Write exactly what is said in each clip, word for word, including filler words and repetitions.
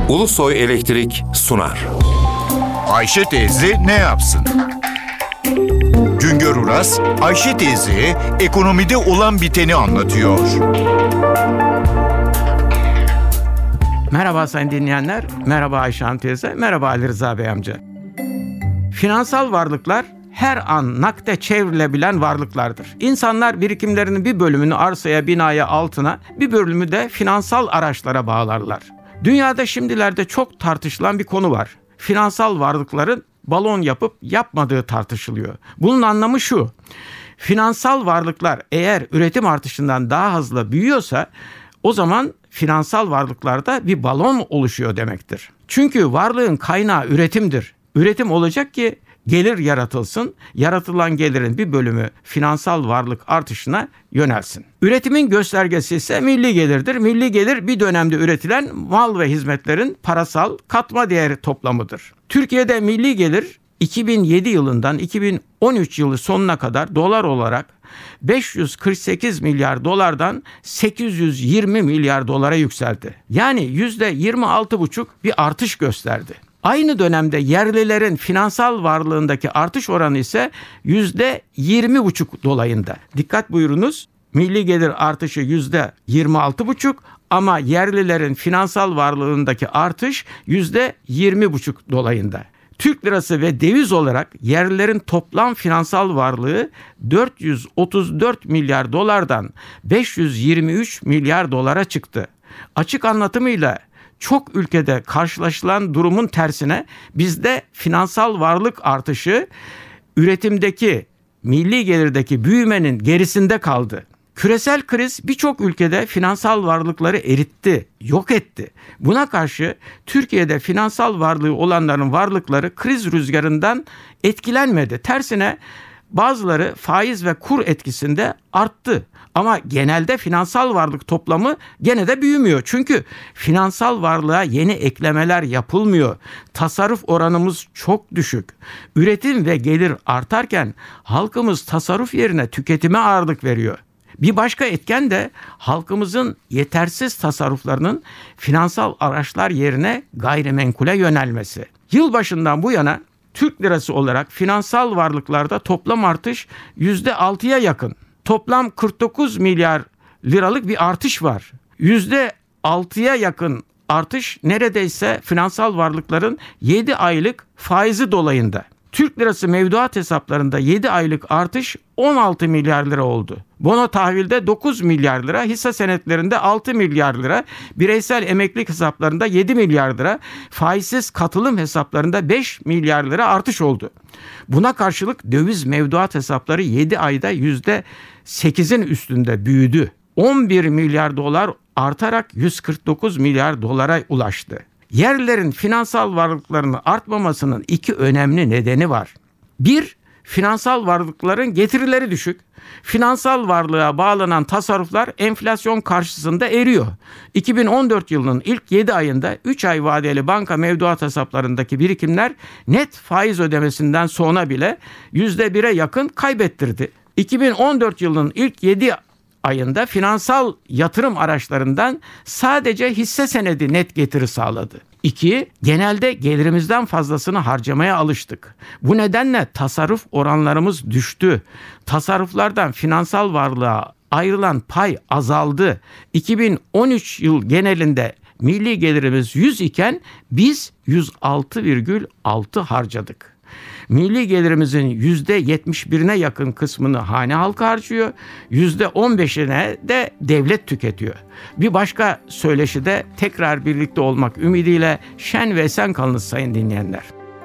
Ulusoy Elektrik sunar. Ayşe teyze ne yapsın? Güngör Uras, Ayşe teyzeye ekonomide olan biteni anlatıyor. Merhaba sayın dinleyenler, merhaba Ayşe Hanım teyze, merhaba Ali Rıza Bey amca. Finansal varlıklar her an nakde çevrilebilen varlıklardır. İnsanlar birikimlerinin bir bölümünü arsaya, binaya, altına, bir bölümü de finansal araçlara bağlarlar. Dünyada şimdilerde çok tartışılan bir konu var. Finansal varlıkların balon yapıp yapmadığı tartışılıyor. Bunun anlamı şu: finansal varlıklar eğer üretim artışından daha hızlı büyüyorsa o zaman finansal varlıklarda bir balon oluşuyor demektir. Çünkü varlığın kaynağı üretimdir. Üretim olacak ki gelir yaratılsın, yaratılan gelirin bir bölümü finansal varlık artışına yönelsin. Üretimin göstergesi ise milli gelirdir. Milli gelir bir dönemde üretilen mal ve hizmetlerin parasal katma değeri toplamıdır. Türkiye'de milli gelir iki bin yedi yılından iki bin on üç yılı sonuna kadar dolar olarak beş yüz kırk sekiz milyar dolardan sekiz yüz yirmi milyar dolara yükseldi. Yani yüzde yirmi altı buçuk bir artış gösterdi. Aynı dönemde yerlilerin finansal varlığındaki artış oranı ise yüzde yirmi buçuk dolayında. Dikkat buyurunuz, milli gelir artışı yüzde yirmi altı buçuk ama yerlilerin finansal varlığındaki artış yüzde yirmi buçuk dolayında. Türk lirası ve döviz olarak yerlilerin toplam finansal varlığı dört yüz otuz dört milyar dolardan beş yüz yirmi üç milyar dolara çıktı. Açık anlatımıyla çok ülkede karşılaşılan durumun tersine bizde finansal varlık artışı üretimdeki, milli gelirdeki büyümenin gerisinde kaldı. Küresel kriz birçok ülkede finansal varlıkları eritti, yok etti. Buna karşı Türkiye'de finansal varlığı olanların varlıkları kriz rüzgarından etkilenmedi. Tersine bazıları faiz ve kur etkisinde arttı. Ama genelde finansal varlık toplamı gene de büyümüyor. Çünkü finansal varlığa yeni eklemeler yapılmıyor. Tasarruf oranımız çok düşük. Üretim ve gelir artarken halkımız tasarruf yerine tüketime ağırlık veriyor. Bir başka etken de halkımızın yetersiz tasarruflarının finansal araçlar yerine gayrimenkule yönelmesi. Yılbaşından bu yana Türk lirası olarak finansal varlıklarda toplam artış yüzde altıya yakın. Toplam kırk dokuz milyar liralık bir artış var. yüzde altıya yakın artış neredeyse finansal varlıkların yedi aylık faizi dolayında. Türk lirası mevduat hesaplarında yedi aylık artış on altı milyar lira oldu. Bono tahvilde dokuz milyar lira, hisse senetlerinde altı milyar lira, bireysel emeklilik hesaplarında yedi milyar lira, faizsiz katılım hesaplarında beş milyar lira artış oldu. Buna karşılık döviz mevduat hesapları yedi ayda yüzde sekizin üstünde büyüdü. on bir milyar dolar artarak yüz kırk dokuz milyar dolara ulaştı. Yerlilerin finansal varlıklarının artmamasının iki önemli nedeni var. Bir, finansal varlıkların getirileri düşük. Finansal varlığa bağlanan tasarruflar enflasyon karşısında eriyor. iki bin on dört yılının ilk yedi ayında üç ay vadeli banka mevduat hesaplarındaki birikimler net faiz ödemesinden sonra bile yüzde bire yakın kaybettirdi. iki bin on dört yılının ilk yedi ayında finansal yatırım araçlarından sadece hisse senedi net getiri sağladı. İki, genelde gelirimizden fazlasını harcamaya alıştık. Bu nedenle tasarruf oranlarımız düştü. Tasarruflardan finansal varlığa ayrılan pay azaldı. iki bin on üç yıl genelinde milli gelirimiz yüz iken biz yüz altı virgül altı harcadık. Milli gelirimizin yüzde yetmiş birine yakın kısmını hane halkı harcıyor, yüzde on beşine de devlet tüketiyor. Bir başka söyleşide tekrar birlikte olmak ümidiyle şen ve esen kalınız sayın dinleyenler.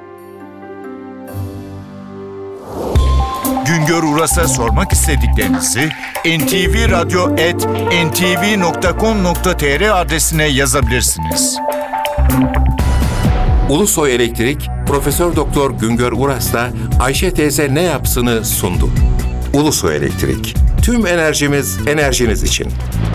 Güngör Uras'a sormak istediklerinizi en ti vi radyo at en ti vi nokta com nokta tr adresine yazabilirsiniz. Ulusoy Elektrik, Profesör Doktor Güngör Uras'la Ayşe teyze ne yapsını sundu. Ulusoy Elektrik, tüm enerjimiz enerjiniz için.